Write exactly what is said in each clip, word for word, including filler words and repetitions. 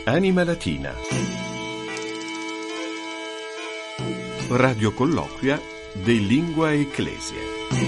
Anima Latina. Radio colloquia de Lingua Ecclesia.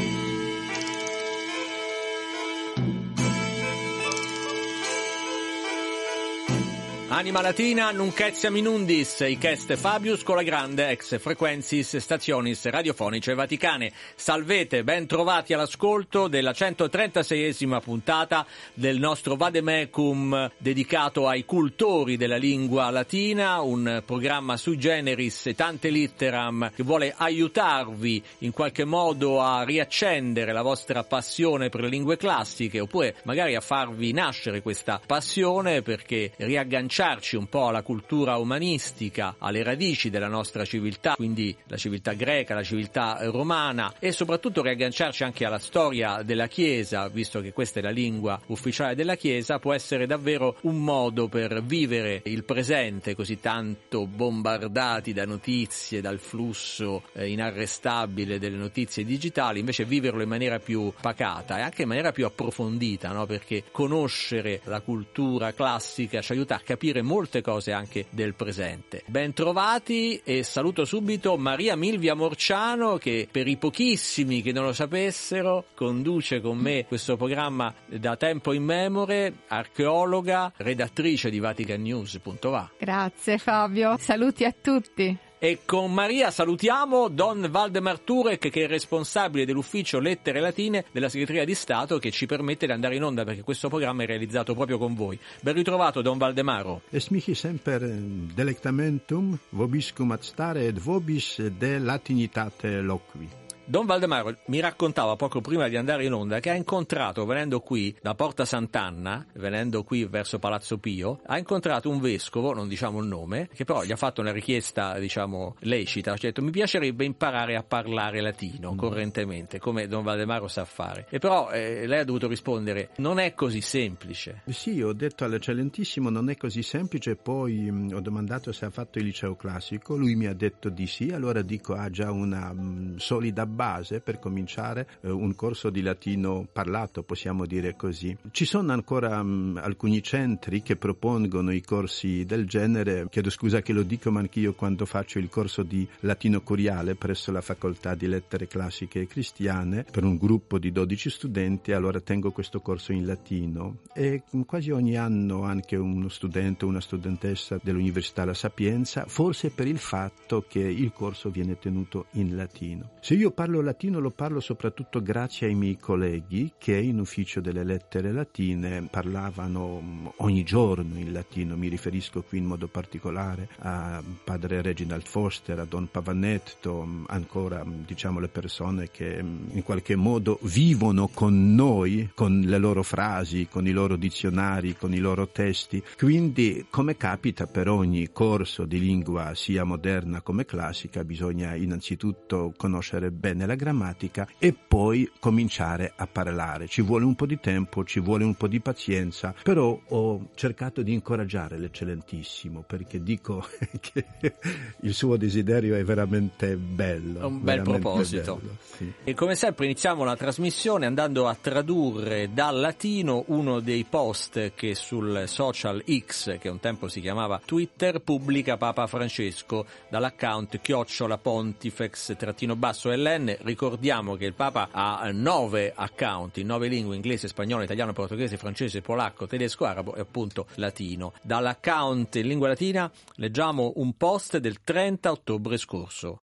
Anima Latina, nunc etiam in undis, hic est Fabius con la grande ex frequensis stationis radiofonice vaticane. Salvete, ben trovati all'ascolto della centotrentaseiesima puntata del nostro Vademecum dedicato ai cultori della lingua latina, un programma sui generis e tante litteram che vuole aiutarvi in qualche modo a riaccendere la vostra passione per le lingue classiche, oppure magari a farvi nascere questa passione perché riagganciare un po' alla cultura umanistica, alle radici della nostra civiltà, quindi la civiltà greca, la civiltà romana, e soprattutto riagganciarci anche alla storia della Chiesa, visto che questa è la lingua ufficiale della Chiesa. Può essere davvero un modo per vivere il presente, così tanto bombardati da notizie, dal flusso eh, inarrestabile delle notizie digitali, invece viverlo in maniera più pacata e anche in maniera più approfondita, no? Perché conoscere la cultura classica ci aiuta a capire molte cose anche del presente. Ben trovati, e saluto subito Maria Milvia Morciano, che per i pochissimi che non lo sapessero conduce con me questo programma da tempo immemore, archeologa, redattrice di Vatican News punto va. Grazie Fabio, saluti a tutti. E con Maria salutiamo Don Valdemar Turek, che è responsabile dell'ufficio Lettere Latine della Segreteria di Stato, che ci permette di andare in onda perché questo programma è realizzato proprio con voi. Ben ritrovato, Don Valdemaro. Es mihi semper delectamentum vobiscum ad stare et vobis de latinitate loqui. Don Valdemaro mi raccontava poco prima di andare in onda che ha incontrato, venendo qui da Porta Sant'Anna, venendo qui verso Palazzo Pio, ha incontrato un vescovo, non diciamo il nome, che però gli ha fatto una richiesta, diciamo, lecita. Ha detto: mi piacerebbe imparare a parlare latino correntemente, come Don Valdemaro sa fare. E però eh, lei ha dovuto rispondere: non è così semplice. Sì, ho detto all'eccellentissimo non è così semplice. Poi mh, ho domandato se ha fatto il liceo classico, lui mi ha detto di sì. Allora dico ha già una mh, solida base per cominciare eh, un corso di latino parlato, possiamo dire così. Ci sono ancora mh, alcuni centri che propongono i corsi del genere. Chiedo scusa che lo dico, ma anch'io quando faccio il corso di latino curiale presso la facoltà di lettere classiche e cristiane per un gruppo di dodici studenti, allora tengo questo corso in latino, e quasi ogni anno anche uno studente o una studentessa dell'Università La Sapienza, forse per il fatto che il corso viene tenuto in latino. Se io parlo latino lo parlo soprattutto grazie ai miei colleghi che in ufficio delle lettere latine parlavano ogni giorno in latino. Mi riferisco qui in modo particolare a padre Reginald Foster, a Don Pavanetto, ancora diciamo le persone che in qualche modo vivono con noi, con le loro frasi, con i loro dizionari, con i loro testi. Quindi, come capita per ogni corso di lingua sia moderna come classica, bisogna innanzitutto conoscere bene la grammatica e poi cominciare a parlare. Ci vuole un po' di tempo, ci vuole un po' di pazienza, però ho cercato di incoraggiare l'eccellentissimo, perché dico che il suo desiderio è veramente bello. È un bel proposito. Bello, sì. E come sempre iniziamo la trasmissione andando a tradurre dal latino uno dei post che sul social X, che un tempo si chiamava Twitter, pubblica Papa Francesco dall'account chiocciola pontifex trattino basso ln. Ricordiamo che il Papa ha nove account in nove lingue: inglese, spagnolo, italiano, portoghese, francese, polacco, tedesco, arabo e appunto latino. Dall'account in lingua latina leggiamo un post del trenta ottobre scorso.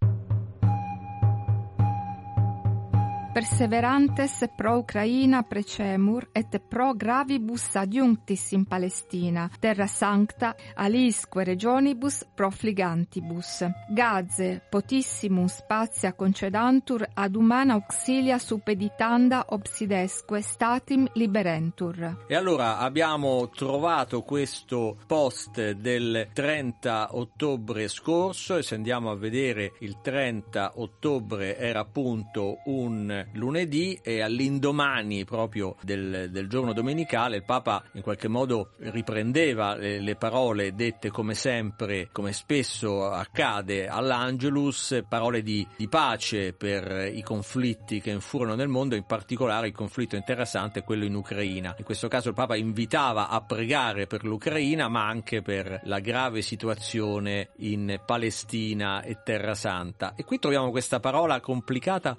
Perseverantes pro Ucraina precemur et pro gravibus adiunctis in Palestina, terra sancta, alisque regionibus profligantibus. Gaze potissimum spatia concedantur ad humana auxilia suppeditanda obsidesque statim liberentur. E allora abbiamo trovato questo post del trenta ottobre scorso, e se andiamo a vedere il trenta ottobre era appunto un lunedì e all'indomani proprio del, del giorno domenicale il Papa in qualche modo riprendeva le, le parole dette come sempre, come spesso accade all'Angelus, parole di, di pace per i conflitti che infurano nel mondo, in particolare il conflitto interessante è quello in Ucraina. In questo caso il Papa invitava a pregare per l'Ucraina, ma anche per la grave situazione in Palestina e Terra Santa. E qui troviamo questa parola complicata,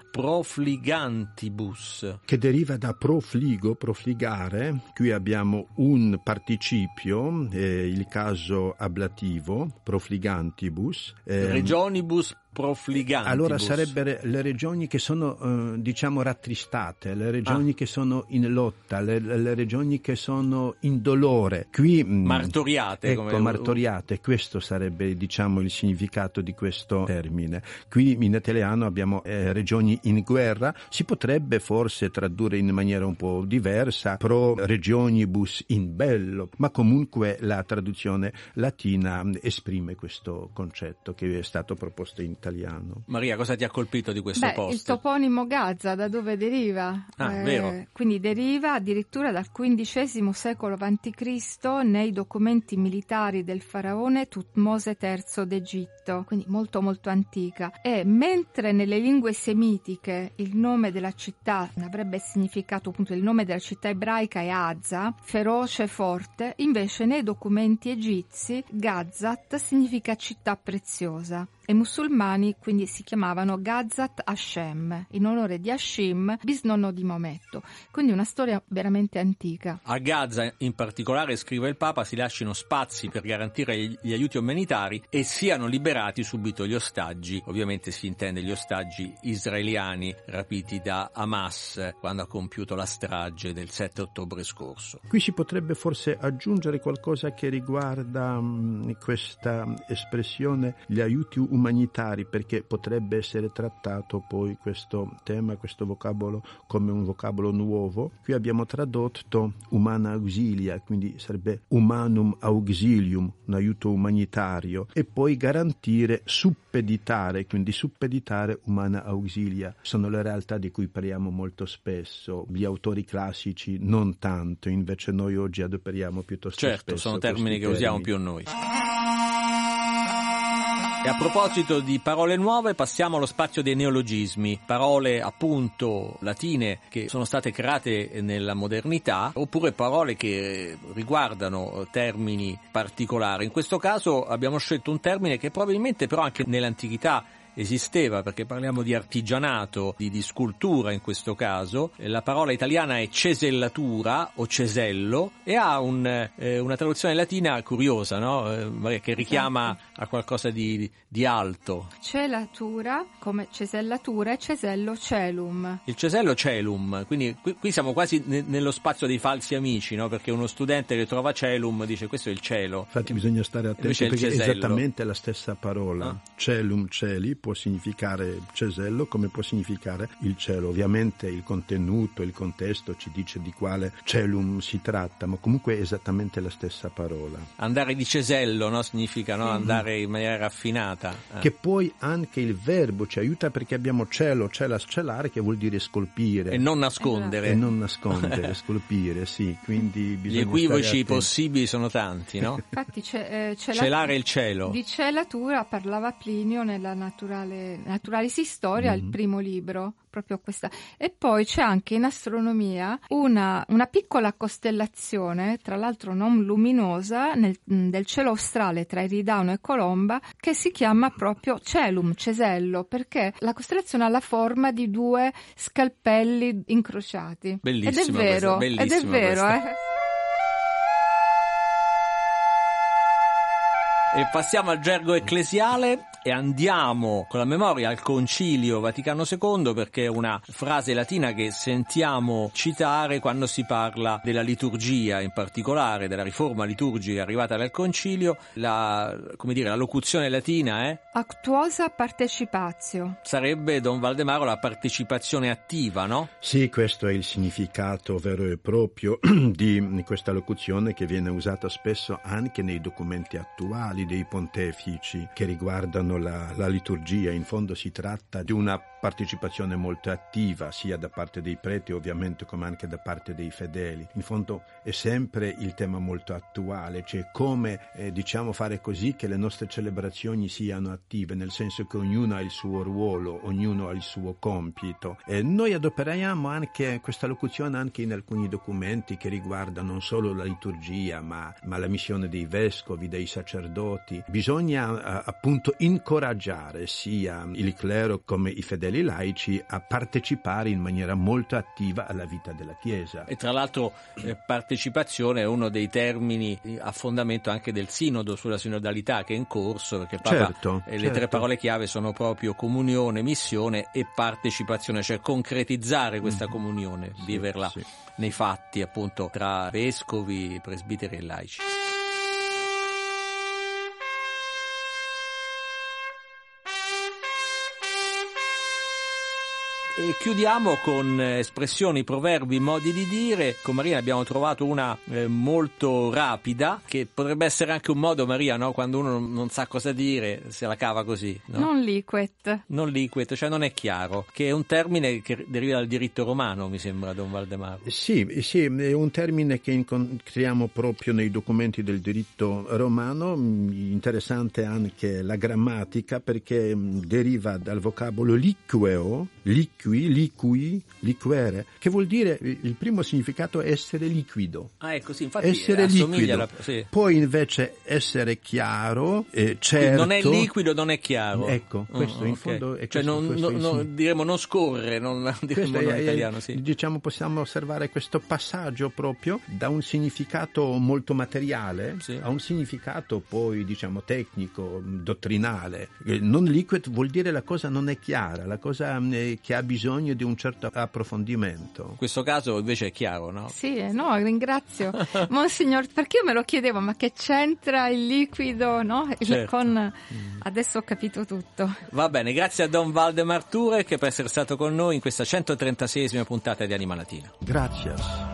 profligantibus, che deriva da profligo, profligare. Qui abbiamo un participio, eh, il caso ablativo, profligantibus. Eh, regionibus profligantibus. Allora sarebbero le regioni che sono eh, diciamo rattristate, le regioni ah. che sono in lotta, le, le regioni che sono in dolore. Qui martoriate, ecco, come martoriate, questo sarebbe diciamo il significato di questo termine. Qui in italiano abbiamo eh, regioni in guerra, si potrebbe forse tradurre in maniera un po' diversa, pro regionibus in bello, ma comunque la traduzione latina esprime questo concetto che è stato proposto in italiano. Maria, cosa ti ha colpito di questo Beh, posto? Il toponimo Gaza, da dove deriva? Ah, eh, vero. Quindi deriva addirittura dal quindicesimo secolo avanti Cristo nei documenti militari del faraone Tutmose terzo d'Egitto, quindi molto molto antica. E mentre nelle lingue semitiche il nome della città avrebbe significato appunto il nome della città ebraica è Azza, feroce, forte, invece nei documenti egizi Gazat significa città preziosa. I musulmani quindi si chiamavano Gazat Hashem, in onore di Hashim, bisnonno di Maometto. Quindi una storia veramente antica. A Gaza in particolare, scrive il Papa, si lasciano spazi per garantire gli aiuti umanitari e siano liberati subito gli ostaggi. Ovviamente si intende gli ostaggi israeliani rapiti da Hamas quando ha compiuto la strage del sette ottobre scorso. Qui si potrebbe forse aggiungere qualcosa che riguarda mh, questa espressione gli aiuti umanitari, umanitari, perché potrebbe essere trattato poi questo tema, questo vocabolo come un vocabolo nuovo. Qui abbiamo tradotto umana auxilia, quindi sarebbe humanum auxilium, un aiuto umanitario, e poi garantire, suppeditare, quindi suppeditare umana auxilia. Sono le realtà di cui parliamo molto spesso, gli autori classici non tanto, invece noi oggi adoperiamo piuttosto certo, spesso. Certo, sono termini che termini. usiamo più noi. E a proposito di parole nuove, passiamo allo spazio dei neologismi, parole appunto latine che sono state create nella modernità, oppure parole che riguardano termini particolari. In questo caso abbiamo scelto un termine che probabilmente però anche nell'antichità esisteva, perché parliamo di artigianato, di, di scultura in questo caso. La parola italiana è cesellatura o cesello e ha un, eh, una traduzione latina curiosa, no? Eh, che richiama a qualcosa di, di alto. Celatura come cesellatura e cesello celum. Il cesello celum, quindi qui, qui siamo quasi ne, nello spazio dei falsi amici, no? Perché uno studente che trova celum dice questo è il cielo. Infatti bisogna stare attenti perché è esattamente la stessa parola. Ah. Celum, celi, può significare cesello come può significare il cielo. Ovviamente il contenuto, il contesto ci dice di quale celum si tratta, ma comunque è esattamente la stessa parola. Andare di cesello, no? Significa no? andare in maniera raffinata. Eh. Che poi anche il verbo ci aiuta, perché abbiamo celo, celas, celare, che vuol dire scolpire. E non nascondere. E non nascondere, scolpire, sì. Quindi bisogna gli equivoci possibili sono tanti, no? Infatti c'è, eh, c'è celare la, il cielo. Di celatura parlava Plinio nella Naturale Naturalis Historia, mm-hmm. il primo libro, proprio questa. E poi c'è anche in astronomia una, una piccola costellazione, tra l'altro non luminosa, nel, del cielo australe tra Eridano e Colomba, che si chiama proprio Celum, cesello, perché la costellazione ha la forma di due scalpelli incrociati. Bellissimo, ed è vero, questa, ed è vero, eh. E passiamo al gergo ecclesiale e andiamo con la memoria al Concilio Vaticano secondo, perché è una frase latina che sentiamo citare quando si parla della liturgia, in particolare della riforma liturgica arrivata dal Concilio. La, come dire, la locuzione latina è actuosa partecipatio. Sarebbe, Don Valdemaro, la partecipazione attiva, no? Sì, questo è il significato vero e proprio di questa locuzione, che viene usata spesso anche nei documenti attuali. trattati dei pontefici che riguardano la, la liturgia. In fondo si tratta di una partecipazione molto attiva sia da parte dei preti ovviamente come anche da parte dei fedeli. In fondo è sempre il tema molto attuale, cioè come eh, diciamo fare così che le nostre celebrazioni siano attive, nel senso che ognuno ha il suo ruolo, ognuno ha il suo compito. E noi adoperiamo anche questa locuzione anche in alcuni documenti che riguardano non solo la liturgia ma, ma la missione dei vescovi, dei sacerdoti. Bisogna appunto incoraggiare sia il clero come i fedeli laici a partecipare in maniera molto attiva alla vita della Chiesa. E tra l'altro eh, partecipazione è uno dei termini a fondamento anche del sinodo sulla sinodalità che è in corso, perché Papa, certo, eh, le certo. tre parole chiave sono proprio comunione, missione e partecipazione, cioè concretizzare questa mm-hmm. comunione, sì, viverla sì. nei fatti appunto tra vescovi, presbiteri e laici. E chiudiamo con espressioni, proverbi, modi di dire. Con Maria abbiamo trovato una eh, molto rapida, che potrebbe essere anche un modo, Maria, no? Quando uno non, non sa cosa dire, se la cava così. No? Non liquet. Non liquet, cioè non è chiaro, che è un termine che deriva dal diritto romano, mi sembra, Don Valdemaro. Sì, sì, è un termine che incontriamo proprio nei documenti del diritto romano. Interessante anche la grammatica, perché deriva dal vocabolo liqueo, liqueo, liqui, liquere, che vuol dire, il primo significato è essere liquido. Ah, ecco, sì, infatti essere liquido. La, sì. Poi invece essere chiaro, eh, certo. Non è liquido, non è chiaro. Ecco, questo oh, in okay. fondo è cioè questo, non, questo non, non, diremo non scorre, non diremo è, in è, italiano, sì. Diciamo possiamo osservare questo passaggio proprio da un significato molto materiale sì. a un significato poi diciamo tecnico, dottrinale. Non liquid vuol dire la cosa non è chiara, la cosa eh, che ha bisogno di un certo approfondimento. In questo caso invece è chiaro, no? Sì, no, ringrazio Monsignor, perché io me lo chiedevo, ma che c'entra il liquido, no? Certo. Con... Adesso ho capito tutto. Va bene, grazie a Don Valdemar Turek per essere stato con noi in questa centotrentaseiesima puntata di Anima Latina. Grazie.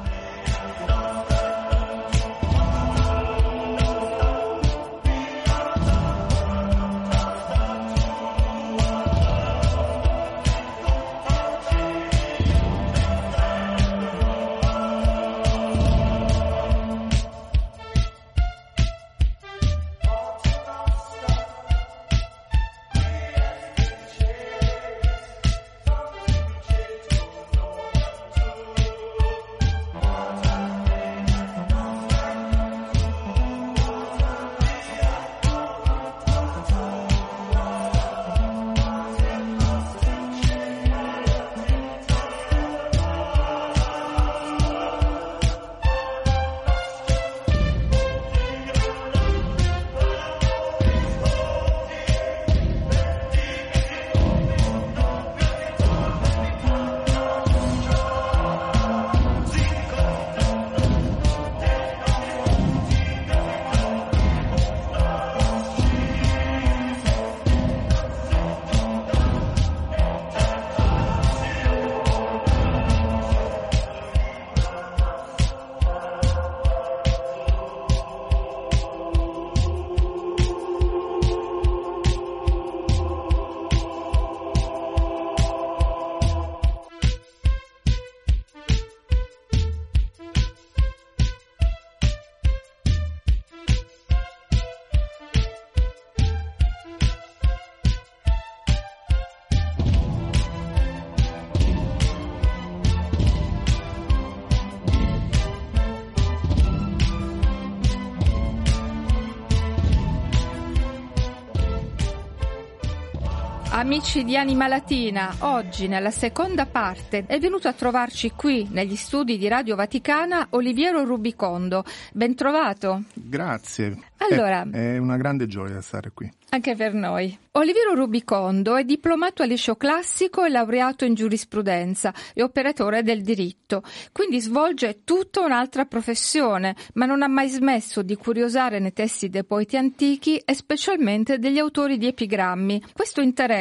Amici di Anima Latina, oggi nella seconda parte è venuto a trovarci qui negli studi di Radio Vaticana Oliviero Rubicondo. Ben trovato. Grazie. Allora, è, è una grande gioia stare qui. Anche per noi. Oliviero Rubicondo è diplomato al liceo classico e laureato in giurisprudenza e operatore del diritto, quindi svolge tutta un'altra professione, ma non ha mai smesso di curiosare nei testi dei poeti antichi e specialmente degli autori di epigrammi. Questo interesse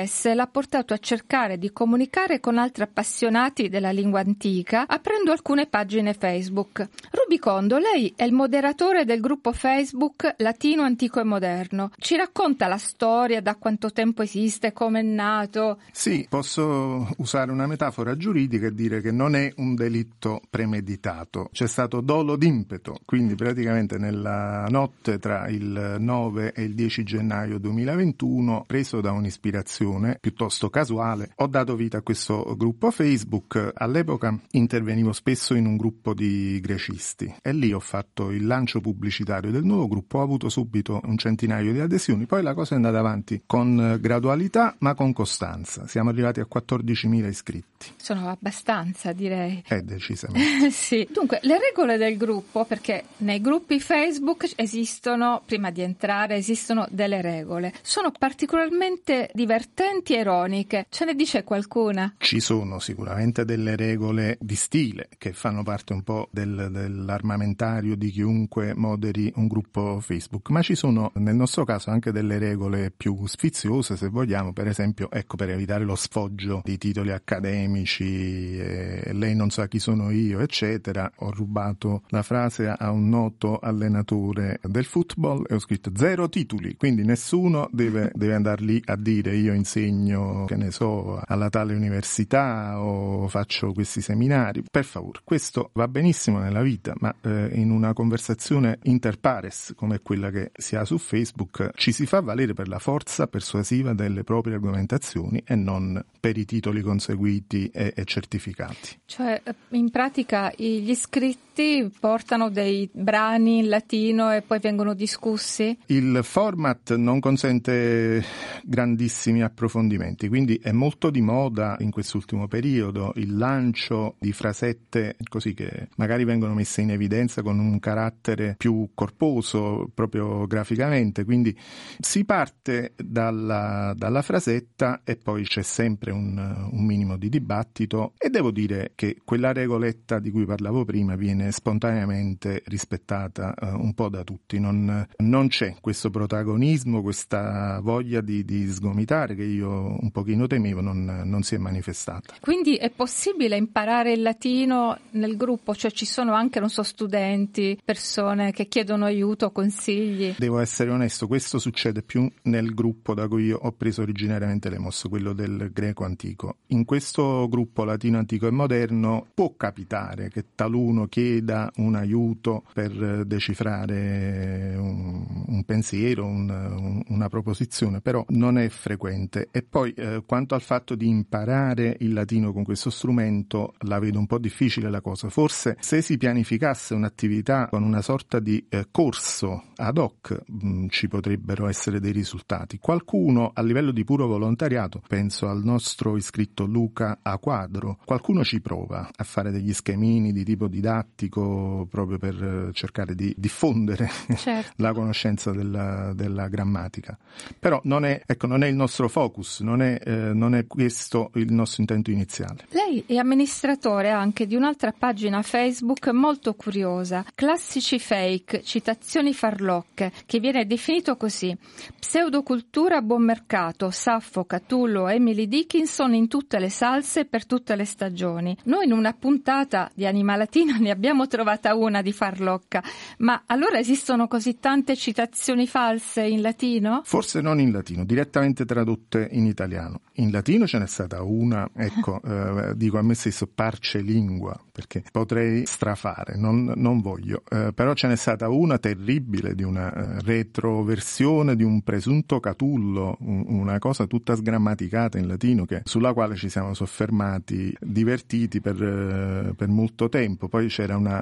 interesse l'ha portato a cercare di comunicare con altri appassionati della lingua antica, aprendo alcune pagine Facebook. Rubicondo, lei è il moderatore del gruppo Facebook Latino Antico e Moderno. Ci racconta la storia, da quanto tempo esiste, come è nato? Sì, posso usare una metafora giuridica e dire che non è un delitto premeditato. C'è stato dolo d'impeto, quindi praticamente nella notte tra il nove e il dieci gennaio duemilaventuno, preso da un'ispirazione piuttosto casuale, ho dato vita a questo gruppo Facebook. All'epoca intervenivo spesso in un gruppo di grecisti e lì ho fatto il lancio pubblicitario del nuovo gruppo, ho avuto subito un centinaio di adesioni, poi la cosa è andata avanti con gradualità ma con costanza. Siamo arrivati a quattordicimila iscritti. Sono abbastanza, direi. Eh, decisamente. Sì. Dunque, le regole del gruppo, perché nei gruppi Facebook esistono, prima di entrare, esistono delle regole. Sono particolarmente divertenti e ironiche. Ce ne dice qualcuna? Ci sono sicuramente delle regole di stile che fanno parte un po' del, dell'armamentario di chiunque moderi un gruppo Facebook, ma ci sono nel nostro caso anche delle regole più sfiziose, se vogliamo. Per esempio, ecco, per evitare lo sfoggio di titoli accademici, eh, lei non sa chi sono io, eccetera, ho rubato la frase a un noto allenatore del football e ho scritto zero titoli, quindi nessuno deve, deve andare lì a dire io insegno, che ne so, alla tale università o faccio questi seminari. Per favore, questo va benissimo nella vita, ma eh, in una conversazione inter pares come quella che si ha su Facebook ci si fa valere per la forza persuasiva delle proprie argomentazioni e non per i titoli conseguiti e, e certificati. Cioè, in pratica gli iscritti portano dei brani in latino e poi vengono discussi? Il format non consente grandissimi approfondimenti, quindi è molto di moda in quest'ultimo periodo il lancio di frasette così che magari vengono messe in evidenza con un carattere più corposo proprio graficamente, quindi si parte dalla, dalla frasetta e poi c'è sempre un, un minimo di dibattito e devo dire che quella regoletta di cui parlavo prima viene spontaneamente rispettata uh, un po' da tutti, non, non c'è questo protagonismo, questa voglia di, di sgomitare che io un pochino temevo, non, non si è manifestata. Quindi è possibile imparare il latino nel gruppo? Cioè ci sono anche, non so, studenti, persone che chiedono aiuto, consigli? Devo essere onesto, questo succede più nel gruppo da cui io ho preso originariamente le mosse, quello del greco antico. In questo gruppo latino antico e moderno può capitare che taluno chieda un aiuto per decifrare un, un pensiero, un, un, una proposizione, però non è frequente. E poi eh, quanto al fatto di imparare il latino con questo strumento la vedo un po' difficile la cosa. Forse se si pianificasse un'attività con una sorta di eh, corso ad hoc mh, ci potrebbero essere dei risultati. Qualcuno a livello di puro volontariato, penso al nostro iscritto Luca A Quadro, qualcuno ci prova a fare degli schemini di tipo didattico proprio per cercare di diffondere certo. la conoscenza della, della grammatica. Però non è, ecco, non è il nostro focus, non è, eh, non è questo il nostro intento iniziale. Lei è amministratore anche di un'altra pagina Facebook molto curiosa, Classici Fake, citazioni farlocche, che viene definito così: pseudocultura a buon mercato, Saffo, Catullo, Emily Dickinson in tutte le salse per tutte le stagioni. Noi in una puntata di Anima Latina ne abbiamo trovata una di farlocca, ma allora esistono così tante citazioni false in latino? Forse non in latino, direttamente tradotte in italiano. In latino ce n'è stata una, ecco, eh, dico a me stesso parce lingua, perché potrei strafare, non, non voglio, eh, però ce n'è stata una terribile di una eh, retroversione di un presunto Catullo, un, una cosa tutta sgrammaticata in latino che, sulla quale ci siamo soffermati, divertiti per, eh, per molto tempo. Poi c'era una,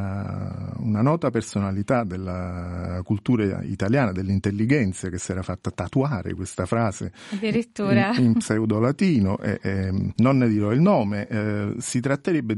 una, una nota personalità della cultura italiana, dell'intelligenza, che si era fatta tatuare questa frase addirittura in, in pseudo latino, e, e, non ne dirò il nome. Eh, si tratterebbe di una massima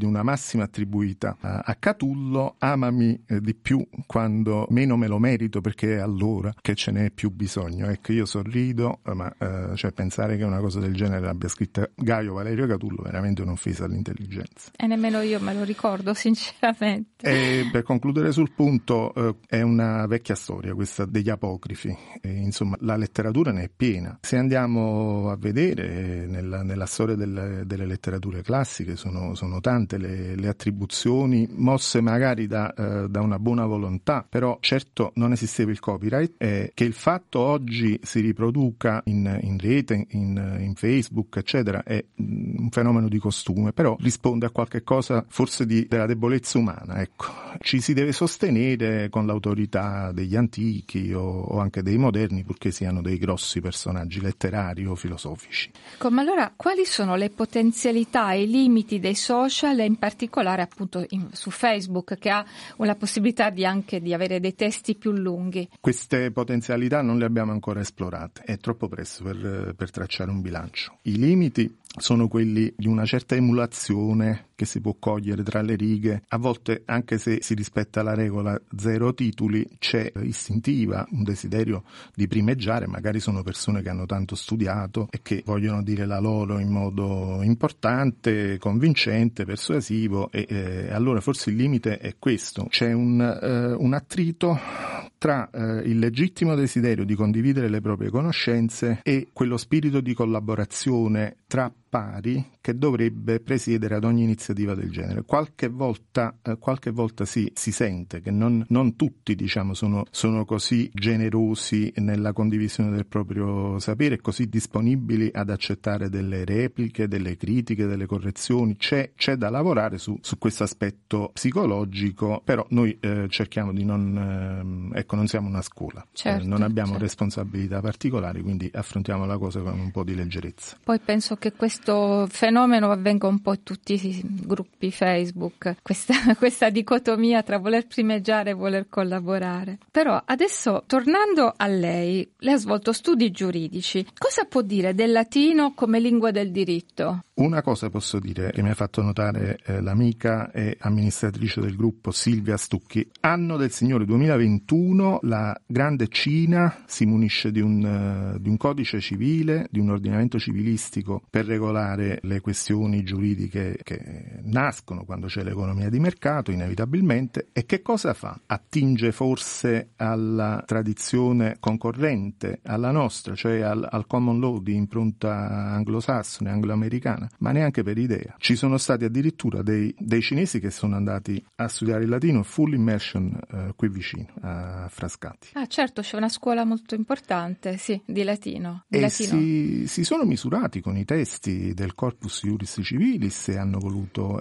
massima attribuita a, a Catullo, amami eh, di più quando meno me lo merito, perché è allora che ce n'è più bisogno. Ecco, io sorrido, ma eh, cioè pensare che una cosa del genere l'abbia scritta Gaio Valerio Catullo è veramente un'offesa all'intelligenza. E nemmeno io me lo ricordo sinceramente. E per concludere sul punto, eh, è una vecchia storia questa degli apocrifi, e, insomma la letteratura ne è piena. Se andiamo a vedere eh, nella, nella storia delle, delle letterature classiche sono, sono tante le, le attribuzioni mosse magari da, eh, da una buona volontà, però certo non esisteva il copyright, e che il fatto oggi si riproduca in, in rete, in, in Facebook eccetera è un fenomeno di costume, però risponde a qualche cosa forse di, della debolezza umana, ecco. Ci si deve sostenere con l'autorità degli antichi o, o anche dei moderni, purché siano dei grossi personaggi letterari o filosofici. Ecco, ma allora quali sono le potenzialità e i limiti dei social, e in particolare appunto in, su Facebook, che ha la possibilità di anche di avere dei testi più lunghi? Queste potenzialità non le abbiamo ancora esplorate, è troppo presto per, per tracciare un bilancio. I limiti sono quelli di una certa emulazione che si può cogliere tra le righe. A volte, anche se si rispetta la regola zero titoli, c'è istintiva un desiderio di primeggiare. Magari sono persone che hanno tanto studiato e che vogliono dire la loro in modo importante, convincente, persuasivo, e eh, allora forse il limite è questo. C'è un, eh, un attrito tra eh, il legittimo desiderio di condividere le proprie conoscenze e quello spirito di collaborazione tra pari che dovrebbe presiedere ad ogni iniziativa del genere. Qualche volta, eh, qualche volta si, si sente che non, non tutti, diciamo, sono, sono così generosi nella condivisione del proprio sapere, così disponibili ad accettare delle repliche, delle critiche, delle correzioni. C'è, c'è da lavorare su, su questo aspetto psicologico, però noi eh, cerchiamo di non, eh, ecco, non siamo una scuola, certo, eh, non abbiamo certo. responsabilità particolari, quindi affrontiamo la cosa con un po' di leggerezza. Poi penso che questo fenomeno avvenga un po' in tutti i gruppi Facebook, questa, questa dicotomia tra voler primeggiare e voler collaborare. Però adesso, tornando a lei, lei ha svolto studi giuridici. Cosa può dire del latino come lingua del diritto? Una cosa posso dire che mi ha fatto notare eh, l'amica e amministratrice del gruppo Silvia Stucchi. Anno del Signore duemilaventuno, la grande Cina si munisce di un, uh, di un codice civile, di un ordinamento civilistico per regolare le questioni giuridiche che nascono quando c'è l'economia di mercato, inevitabilmente. E che cosa fa? Attinge forse alla tradizione concorrente alla nostra, cioè al, al common law di impronta anglosassone, angloamericana? Ma neanche per idea. Ci sono stati addirittura dei, dei cinesi che sono andati a studiare il latino full immersion eh, qui vicino, a Frascati. Ah, certo, c'è una scuola molto importante, sì, di latino. Di e latino. Si, si sono misurati con i testi del Corpus Juris Civilis e hanno voluto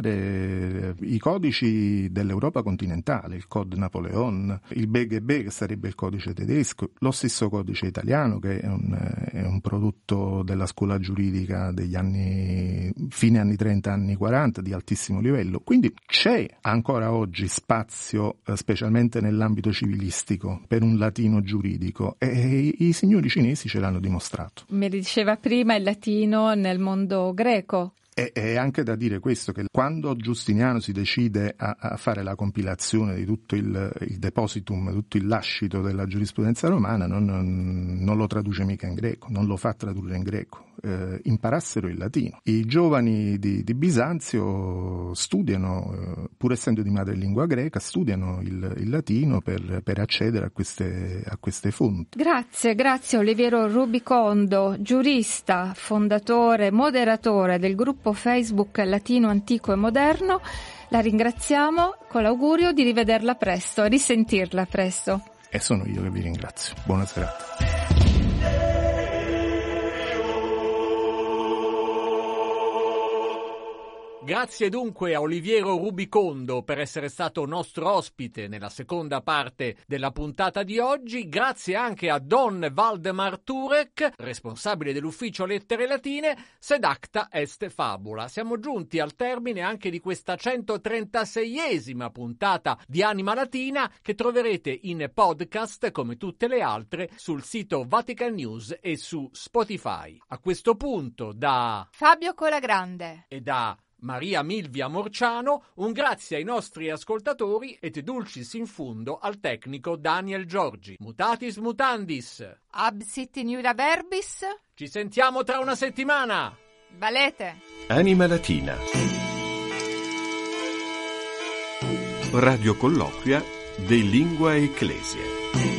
emulare i codici dell'Europa continentale, il Code Napoleon, il B G B che sarebbe il codice tedesco, lo stesso codice italiano che è un, è un prodotto della scuola giuridica degli anni fine anni trenta, anni quaranta, di altissimo livello. Quindi c'è ancora oggi spazio, eh, specialmente nell'ambito civilistico, per un latino giuridico, e i, i signori cinesi ce l'hanno dimostrato. Mi diceva prima il latino nel mondo greco. È anche da dire questo, che quando Giustiniano si decide a, a fare la compilazione di tutto il, il depositum, tutto il lascito della giurisprudenza romana, non, non, non lo traduce mica in greco, non lo fa tradurre in greco. Eh, imparassero il latino. I giovani di, di Bisanzio studiano, eh, pur essendo di madrelingua greca, studiano il, il latino per, per accedere a queste, a queste fonti. Grazie, grazie Oliviero Rubicondo, giurista, fondatore, moderatore del gruppo Facebook Latino Antico e Moderno. La ringraziamo con l'augurio di rivederla presto, risentirla presto. E sono io che vi ringrazio. Buona serata. Grazie dunque a Oliviero Rubicondo per essere stato nostro ospite nella seconda parte della puntata di oggi. Grazie anche a Don Valdemar Turek, responsabile dell'ufficio Lettere Latine, sed acta est fabula. Siamo giunti al termine anche di questa centotrentaseiesima puntata di Anima Latina, che troverete in podcast come tutte le altre sul sito Vatican News e su Spotify. A questo punto da Fabio Colagrande e da Maria Milvia Morciano, un grazie ai nostri ascoltatori et dulcis in fundo al tecnico Daniel Giorgi. Mutatis mutandis. Absit in iura verbis. Ci sentiamo tra una settimana. Valete. Anima Latina. Radio colloquia de Lingua Ecclesia.